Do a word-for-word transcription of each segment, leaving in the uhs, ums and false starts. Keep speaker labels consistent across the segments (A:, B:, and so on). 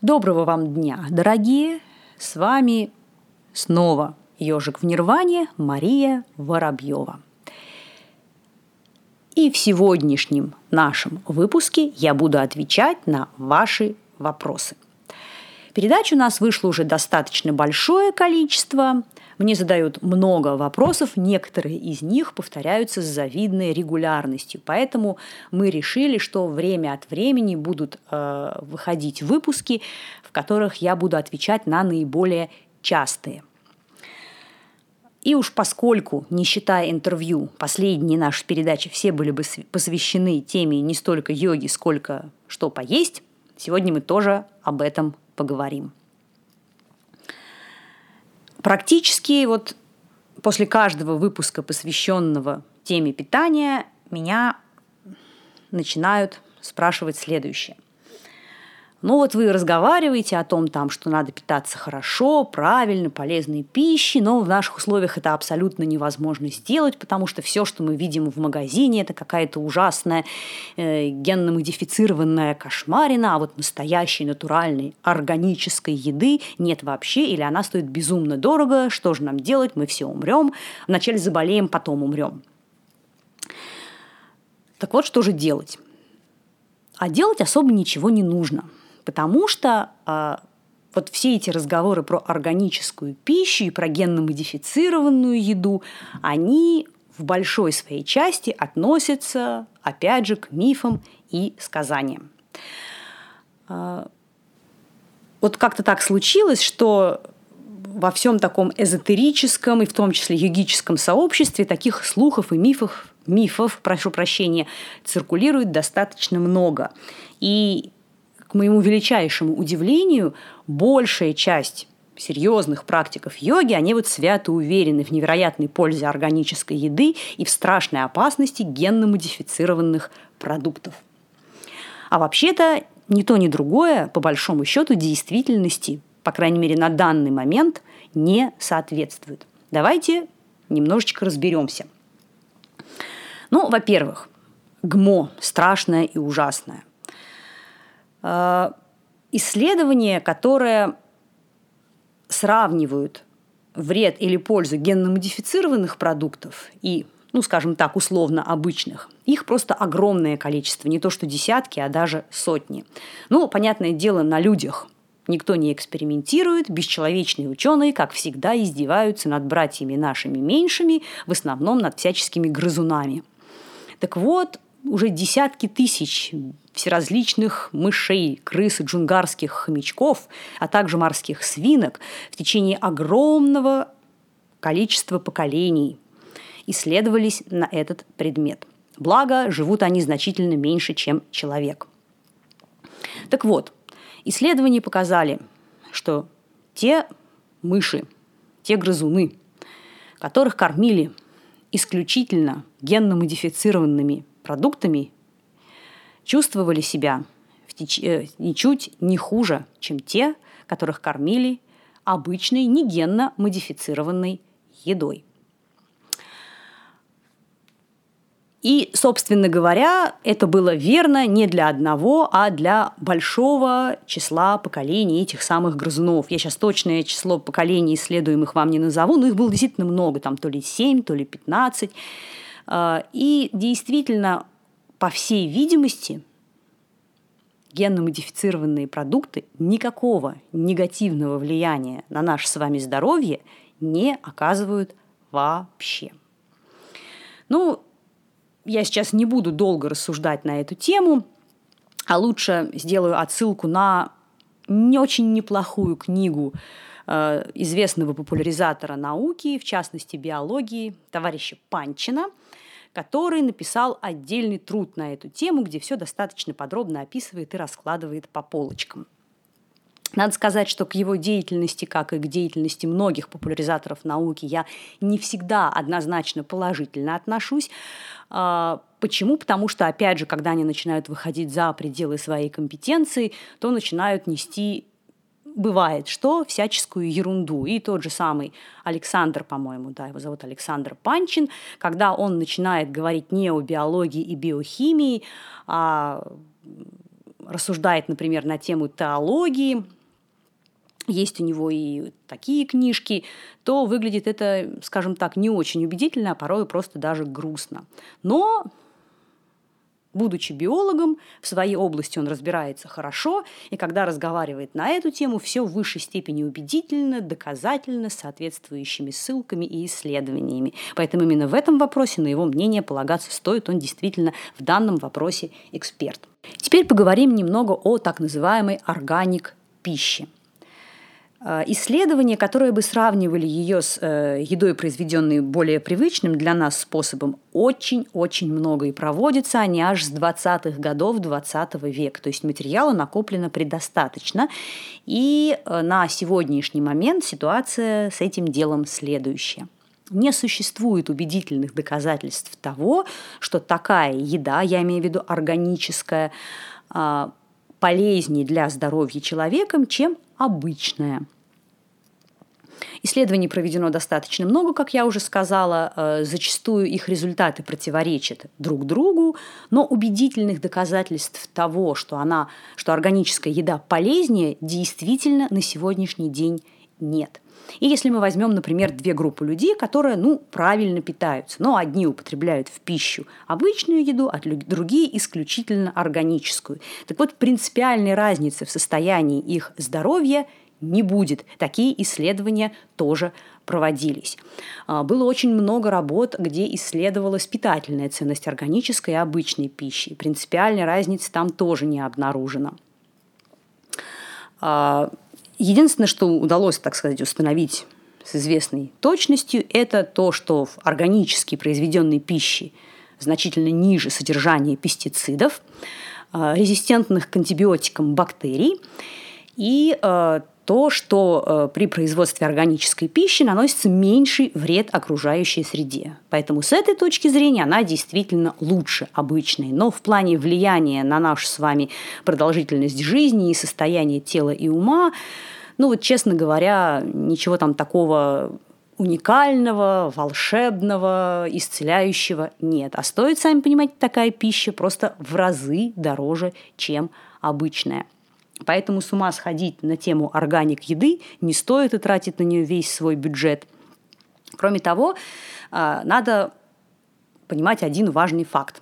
A: Доброго вам дня, дорогие! С вами снова «Ежик в Нирване» Мария Воробьева. И в сегодняшнем нашем выпуске я буду отвечать на ваши вопросы. Передач у нас вышло уже достаточно большое количество. Мне задают много вопросов, некоторые из них повторяются с завидной регулярностью. Поэтому мы решили, что время от времени будут э, выходить выпуски, в которых я буду отвечать на наиболее частые. И уж поскольку, не считая интервью, последние наши передачи все были бы посвящены теме не столько йоги, сколько что поесть, сегодня мы тоже об этом поговорим. Практически вот после каждого выпуска, посвященного теме питания, меня начинают спрашивать следующее. Ну вот вы разговариваете о том, там, что надо питаться хорошо, правильно, полезной пищей, но в наших условиях это абсолютно невозможно сделать, потому что все, что мы видим в магазине, это какая-то ужасная э, генно-модифицированная кошмарина, а вот настоящей, натуральной, органической еды нет вообще, или она стоит безумно дорого, что же нам делать, мы все умрем, вначале заболеем, потом умрем. Так вот, что же делать? А делать особо ничего не нужно. Потому что э, вот все эти разговоры про органическую пищу и про генно-модифицированную еду, они в большой своей части относятся, опять же, к мифам и сказаниям. Э, вот как-то так случилось, что во всем таком эзотерическом и в том числе йогическом сообществе таких слухов и мифов, мифов, прошу прощения, циркулирует достаточно много. И к моему величайшему удивлению, большая часть серьезных практиков йоги, они вот свято уверены в невероятной пользе органической еды и в страшной опасности генно-модифицированных продуктов. А вообще-то ни то, ни другое, по большому счету, действительности, по крайней мере, на данный момент, не соответствует. Давайте немножечко разберемся. Ну, во-первых, ГМО – страшное и ужасное. Исследования, которые сравнивают вред или пользу генно-модифицированных продуктов и, ну, скажем так, условно обычных, их просто огромное количество, не то что десятки, а даже сотни. Ну, понятное дело, на людях никто не экспериментирует, бесчеловечные ученые, как всегда, издеваются над братьями нашими меньшими, в основном над всяческими грызунами. Так вот, уже десятки тысяч всеразличных мышей, крыс и джунгарских хомячков, а также морских свинок в течение огромного количества поколений исследовались на этот предмет. Благо, живут они значительно меньше, чем человек. Так вот, исследования показали, что те мыши, те грызуны, которых кормили исключительно генно-модифицированными продуктами, чувствовали себя в теч... ничуть не хуже, чем те, которых кормили обычной не генно-модифицированной едой. И, собственно говоря, это было верно не для одного, а для большого числа поколений этих самых грызунов. Я сейчас точное число поколений исследуемых вам не назову, но их было действительно много, там то ли семь, то ли пятнадцать. И действительно, по всей видимости, генно-модифицированные продукты никакого негативного влияния на наше с вами здоровье не оказывают вообще. Ну, я сейчас не буду долго рассуждать на эту тему, а лучше сделаю отсылку на не очень неплохую книгу э, известного популяризатора науки, в частности биологии, товарища Панчина, который написал отдельный труд на эту тему, где все достаточно подробно описывает и раскладывает по полочкам. Надо сказать, что к его деятельности, как и к деятельности многих популяризаторов науки, я не всегда однозначно положительно отношусь. Почему? Потому что, опять же, когда они начинают выходить за пределы своей компетенции, то начинают нести, бывает, что всяческую ерунду. И тот же самый Александр, по-моему, да, его зовут Александр Панчин, когда он начинает говорить не о биологии и биохимии, а рассуждает, например, на тему теологии, есть у него и такие книжки, то выглядит это, скажем так, не очень убедительно, а порой просто даже грустно. Но, будучи биологом, в своей области он разбирается хорошо, и когда разговаривает на эту тему, все в высшей степени убедительно, доказательно, с соответствующими ссылками и исследованиями. Поэтому именно в этом вопросе на его мнение полагаться стоит, он действительно в данном вопросе эксперт. Теперь поговорим немного о так называемой органик пищи. Исследования, которые бы сравнивали ее с э, едой, произведенной более привычным для нас способом, очень-очень много. И проводятся они аж с двадцатых годов двадцатого века. То есть материала накоплено предостаточно. И э, на сегодняшний момент ситуация с этим делом следующая. Не существует убедительных доказательств того, что такая еда, я имею в виду органическая, э, полезнее для здоровья человека, чем обычная. Исследований проведено достаточно много, как я уже сказала. Зачастую их результаты противоречат друг другу, но убедительных доказательств того, что, она, что органическая еда полезнее, действительно на сегодняшний день нет. И если мы возьмем, например, две группы людей, которые, ну, правильно питаются, но одни употребляют в пищу обычную еду, а другие исключительно органическую. Так вот, принципиальной разницы в состоянии их здоровья не будет. Такие исследования тоже проводились. Было очень много работ, где исследовалась питательная ценность органической и обычной пищи. Принципиальной разницы там тоже не обнаружено. Единственное, что удалось, так сказать, установить с известной точностью, это то, что в органически произведенной пище значительно ниже содержание пестицидов, резистентных к антибиотикам бактерий и то, что при производстве органической пищи наносится меньший вред окружающей среде. Поэтому с этой точки зрения она действительно лучше обычной. Но в плане влияния на нашу с вами продолжительность жизни и состояние тела и ума, ну вот, честно говоря, ничего там такого уникального, волшебного, исцеляющего нет. А стоит, сами понимаете, такая пища просто в разы дороже, чем обычная. Поэтому с ума сходить на тему органик еды не стоит и тратить на нее весь свой бюджет. Кроме того, надо понимать один важный факт,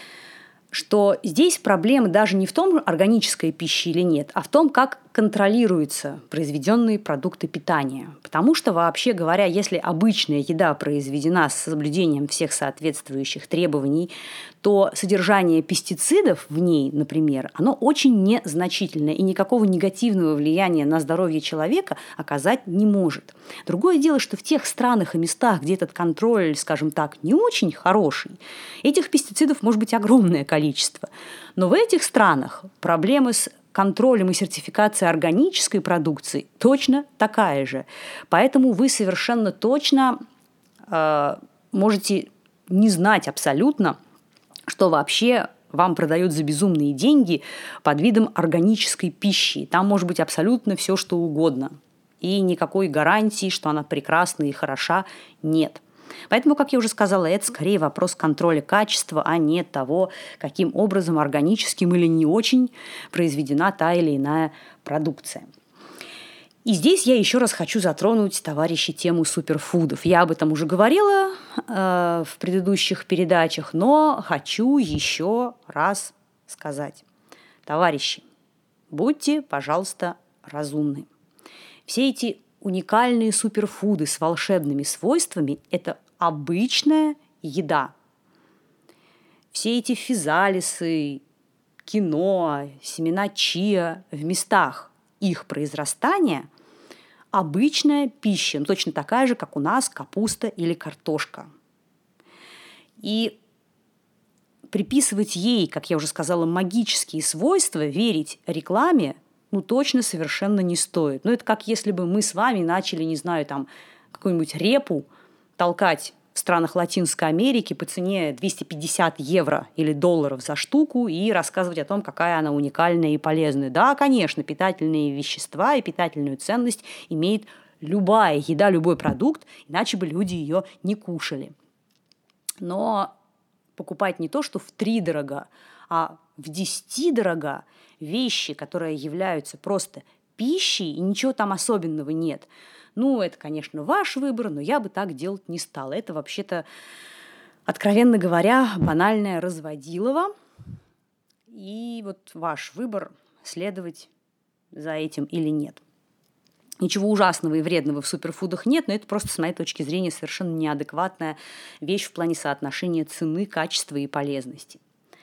A: что здесь проблема даже не в том, органическая пища или нет, а в том, как контролируются произведенные продукты питания. Потому что, вообще говоря, если обычная еда произведена с соблюдением всех соответствующих требований, то содержание пестицидов в ней, например, оно очень незначительное и никакого негативного влияния на здоровье человека оказать не может. Другое дело, что в тех странах и местах, где этот контроль, скажем так, не очень хороший, этих пестицидов может быть огромное количество. Но в этих странах проблемы с контролем и сертификацией органической продукции точно такая же. Поэтому вы совершенно точно э, можете не знать абсолютно, что вообще вам продают за безумные деньги под видом органической пищи. Там может быть абсолютно все, что угодно. И никакой гарантии, что она прекрасна и хороша, нет. Поэтому, как я уже сказала, это скорее вопрос контроля качества, а не того, каким образом органическим или не очень произведена та или иная продукция. И здесь я еще раз хочу затронуть, товарищи, тему суперфудов. Я об этом уже говорила э, в предыдущих передачах, но хочу еще раз сказать. Товарищи, будьте, пожалуйста, разумны. Все эти уникальные суперфуды с волшебными свойствами – это обычная еда. Все эти физалисы, киноа, семена чиа в местах их произрастания – обычная пища, ну, точно такая же, как у нас капуста или картошка. И приписывать ей, как я уже сказала, магические свойства, верить рекламе, ну, точно совершенно не стоит. Ну, это как если бы мы с вами начали, не знаю, там, какую-нибудь репу толкать в странах Латинской Америки по цене двести пятьдесят евро или долларов за штуку и рассказывать о том, какая она уникальная и полезная. Да, конечно, питательные вещества и питательную ценность имеет любая еда, любой продукт, иначе бы люди ее не кушали. Но покупать не то, что втридорога, а в десятидорога вещи, которые являются просто пищей, и ничего там особенного нет. Ну, это, конечно, ваш выбор, но я бы так делать не стала. Это вообще-то, откровенно говоря, банальное разводилово. И вот ваш выбор, следовать за этим или нет. Ничего ужасного и вредного в суперфудах нет, но это просто, с моей точки зрения, совершенно неадекватная вещь в плане соотношения цены, качества и полезности.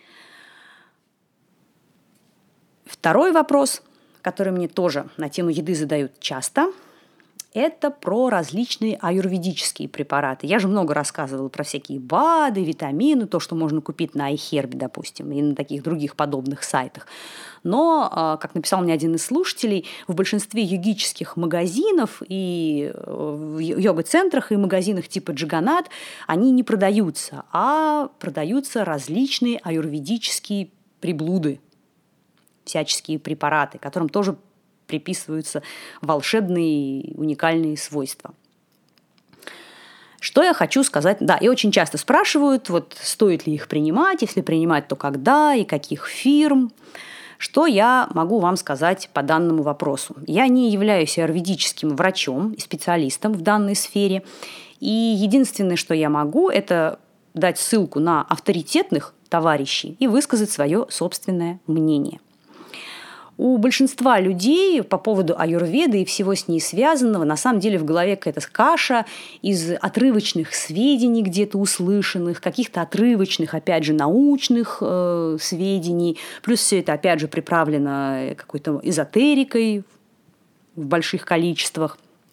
A: Второй вопрос, который мне тоже на тему еды задают часто, это про различные аюрведические препараты. Я же много рассказывала про всякие БАДы, витамины, то, что можно купить на iHerb, допустим, и на таких других подобных сайтах. Но, как написал мне один из слушателей, в большинстве йогических магазинов и в йога-центрах и магазинах типа Джаганат они не продаются, а продаются различные аюрведические приблуды, всяческие препараты, которым тоже приписываются волшебные уникальные свойства. Что я хочу сказать? Да, и очень часто спрашивают, вот стоит ли их принимать, если принимать, то когда и каких фирм. Что я могу вам сказать по данному вопросу? Я не являюсь аюрведическим врачом и специалистом в данной сфере. И единственное, что я могу, это дать ссылку на авторитетных товарищей и высказать свое собственное мнение. У большинства людей по поводу аюрведы и всего с ней связанного на самом деле в голове какая-то каша из отрывочных сведений, где-то услышанных, каких-то отрывочных, опять же, научных э, сведений. Плюс все это, опять же, приправлено какой-то эзотерикой в больших количествах.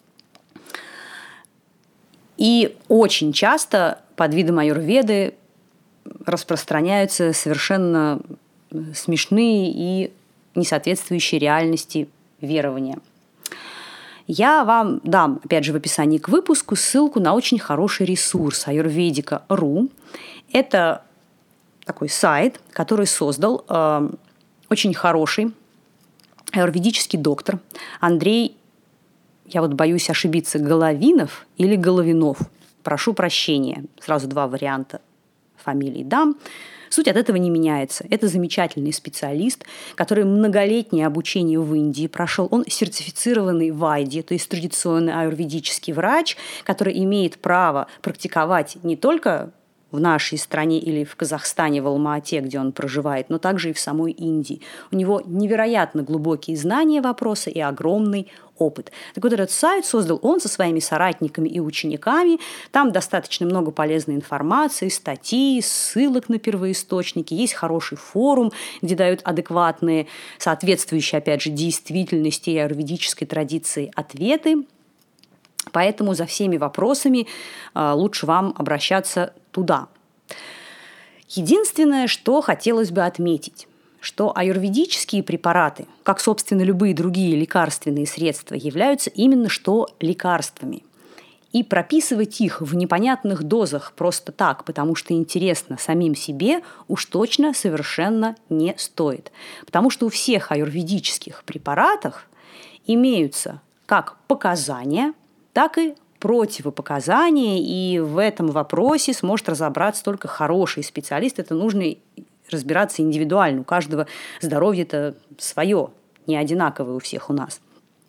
A: И очень часто под видом аюрведы распространяются совершенно смешные и несоответствующие реальности верования. Я вам дам, опять же, в описании к выпуску ссылку на очень хороший ресурс аюрведика точка ру. Это такой сайт, который создал э, очень хороший аюрведический доктор Андрей, я вот боюсь ошибиться, Головинов или Головинов. Прошу прощения. Сразу два варианта фамилий дам. Суть от этого не меняется. Это замечательный специалист, который многолетнее обучение в Индии прошел. Он сертифицированный вайди, то есть традиционный аюрведический врач, который имеет право практиковать не только в нашей стране или в Казахстане, в Алма-Ате, где он проживает, но также и в самой Индии. У него невероятно глубокие знания вопроса и огромный опыт. Так вот, этот сайт создал он со своими соратниками и учениками. Там достаточно много полезной информации, статей, ссылок на первоисточники. Есть хороший форум, где дают адекватные, соответствующие, опять же, действительности и аюрведической традиции ответы. Поэтому за всеми вопросами э, лучше вам обращаться туда. Единственное, что хотелось бы отметить, что аюрведические препараты, как, собственно, любые другие лекарственные средства, являются именно что лекарствами. И прописывать их в непонятных дозах просто так, потому что интересно самим себе, уж точно совершенно не стоит. Потому что у всех аюрведических препаратов имеются как показания, так и противопоказания, и в этом вопросе сможет разобраться только хороший специалист. Это нужно разбираться индивидуально. У каждого здоровье-то свое, не одинаковое у всех у нас.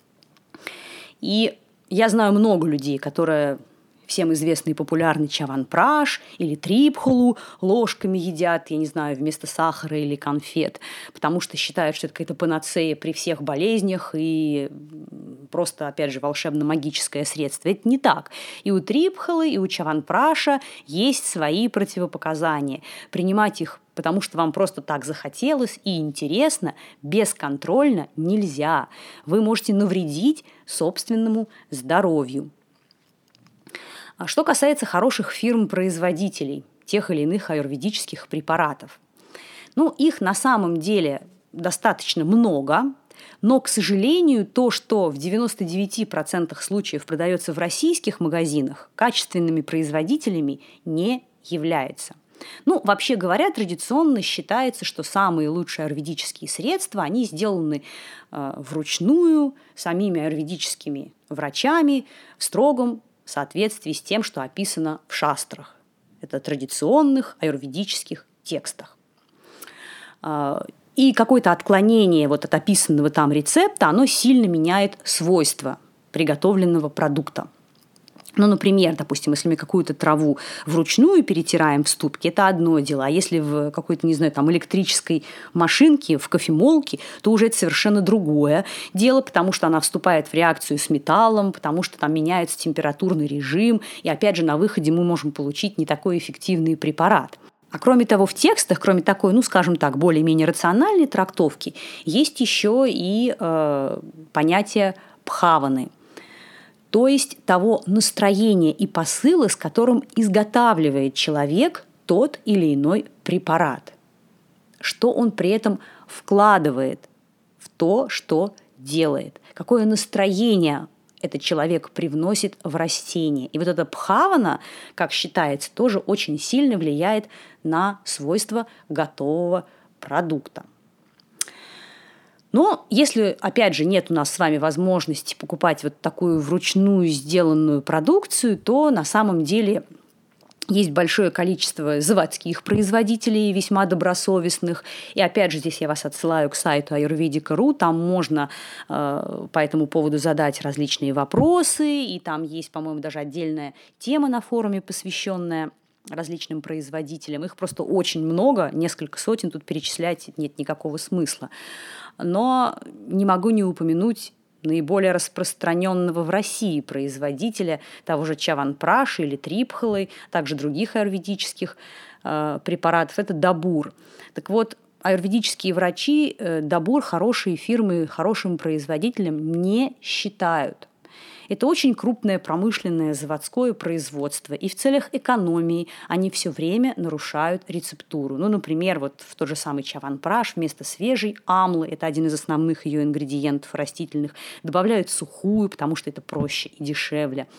A: И я знаю много людей, которые всем известный и популярный чаванпраш или трипхолу ложками едят, я не знаю, вместо сахара или конфет, потому что считают, что это какая-то панацея при всех болезнях и просто, опять же, волшебно-магическое средство. Это не так. И у трипхолы, и у чаванпраша есть свои противопоказания. Принимать их, потому что вам просто так захотелось и интересно, бесконтрольно нельзя. Вы можете навредить собственному здоровью. Что касается хороших фирм-производителей тех или иных аюрведических препаратов, ну, их на самом деле достаточно много, но, к сожалению, то, что в девяноста девяти процентах случаев продается в российских магазинах, качественными производителями не является. Ну, вообще говоря, традиционно считается, что самые лучшие аюрведические средства, они сделаны э, вручную самими аюрведическими врачами в строгом в соответствии с тем, что описано в шастрах. Это традиционных аюрведических текстах. И какое-то отклонение вот от описанного там рецепта, оно сильно меняет свойства приготовленного продукта. Ну, например, допустим, если мы какую-то траву вручную перетираем в ступке, это одно дело. А если в какой-то, не знаю, там электрической машинке, в кофемолке, то уже это совершенно другое дело, потому что она вступает в реакцию с металлом, потому что там меняется температурный режим, и опять же на выходе мы можем получить не такой эффективный препарат. А кроме того, в текстах, кроме такой, ну, скажем так, более-менее рациональной трактовки, есть еще и э, понятие бхаваны, то есть того настроения и посыла, с которым изготавливает человек тот или иной препарат. Что он при этом вкладывает в то, что делает. Какое настроение этот человек привносит в растение. И вот эта бхавана, как считается, тоже очень сильно влияет на свойства готового продукта. Но если, опять же, нет у нас с вами возможности покупать вот такую вручную сделанную продукцию, то на самом деле есть большое количество заводских производителей, весьма добросовестных. И опять же, здесь я вас отсылаю к сайту аюрведика точка ру. Там можно э, по этому поводу задать различные вопросы. И там есть, по-моему, даже отдельная тема на форуме, посвященная различным производителям. Их просто очень много, несколько сотен, тут перечислять нет никакого смысла. Но не могу не упомянуть наиболее распространенного в России производителя того же чаванпраши или трипхолы, также других аюрведических э, препаратов, это Дабур. Так вот, аюрведические врачи э, Дабур хорошие фирмы, хорошим производителем не считают. Это очень крупное промышленное заводское производство, и в целях экономии они все время нарушают рецептуру. Ну, например, вот в тот же самый чаванпраш вместо свежей амлы, это один из основных ее ингредиентов растительных, добавляют сухую, потому что это проще и дешевле.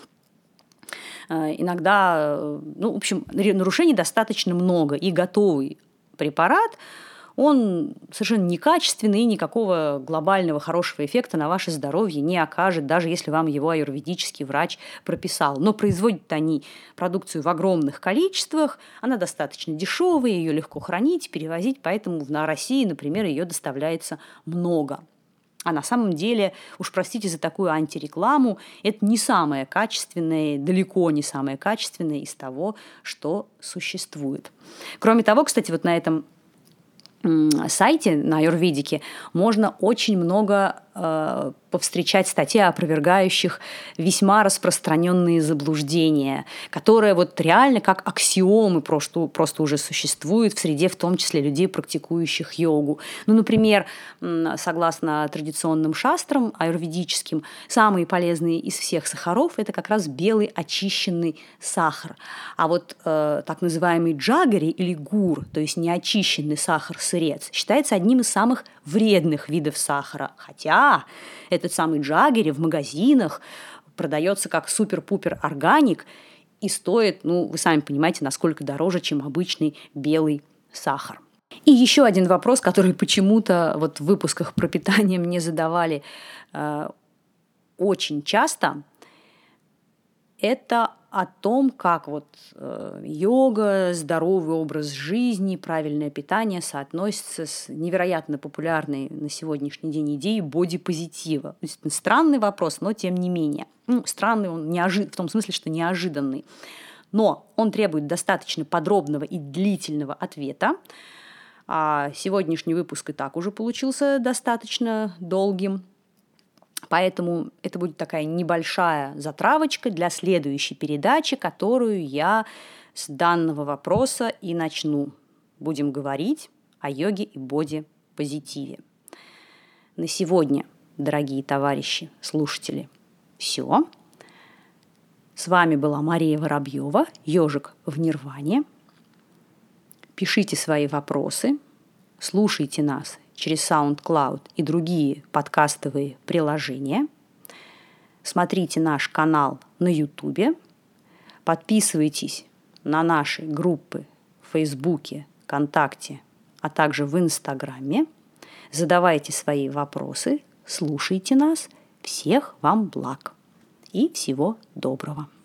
A: Иногда, ну, в общем, нарушений достаточно много, и готовый препарат он совершенно некачественный и никакого глобального хорошего эффекта на ваше здоровье не окажет, даже если вам его аюрведический врач прописал. Но производят они продукцию в огромных количествах, она достаточно дешевая, ее легко хранить, перевозить, поэтому на России, например, ее доставляется много. А на самом деле, уж простите за такую антирекламу, это не самое качественное, далеко не самое качественное из того, что существует. Кроме того, кстати, вот на этом сайте, на аюрведике, можно очень много э, повстречать статей, опровергающих весьма распространенные заблуждения, которые вот реально как аксиомы просто, просто уже существуют в среде, в том числе людей, практикующих йогу. Ну, например, согласно традиционным шастрам аюрведическим, самые полезные из всех сахаров – это как раз белый очищенный сахар. А вот э, так называемый джагари или гур, то есть неочищенный сахар-сырец, считается одним из самых вредных видов сахара. Хотя этот самый джаггери в магазинах продается как супер-пупер органик и стоит, ну, вы сами понимаете, насколько дороже, чем обычный белый сахар. И еще один вопрос, который почему-то вот в выпусках про питание мне задавали э, очень часто, это о том, как вот э, йога, здоровый образ жизни, правильное питание соотносятся с невероятно популярной на сегодняшний день идеей бодипозитива. То есть, странный вопрос, но тем не менее. Ну, странный он неожи... в том смысле, что неожиданный. Но он требует достаточно подробного и длительного ответа. А сегодняшний выпуск и так уже получился достаточно долгим. Поэтому это будет такая небольшая затравочка для следующей передачи, которую я с данного вопроса и начну. Будем говорить о йоге и бодипозитиве. На сегодня, дорогие товарищи, слушатели, все. С вами была Мария Воробьева, «Ежик в Нирване». Пишите свои вопросы, слушайте нас через SoundCloud и другие подкастовые приложения. Смотрите наш канал на YouTube. Подписывайтесь на наши группы в Фейсбуке, ВКонтакте, а также в Инстаграме. Задавайте свои вопросы, слушайте нас. Всех вам благ и всего доброго.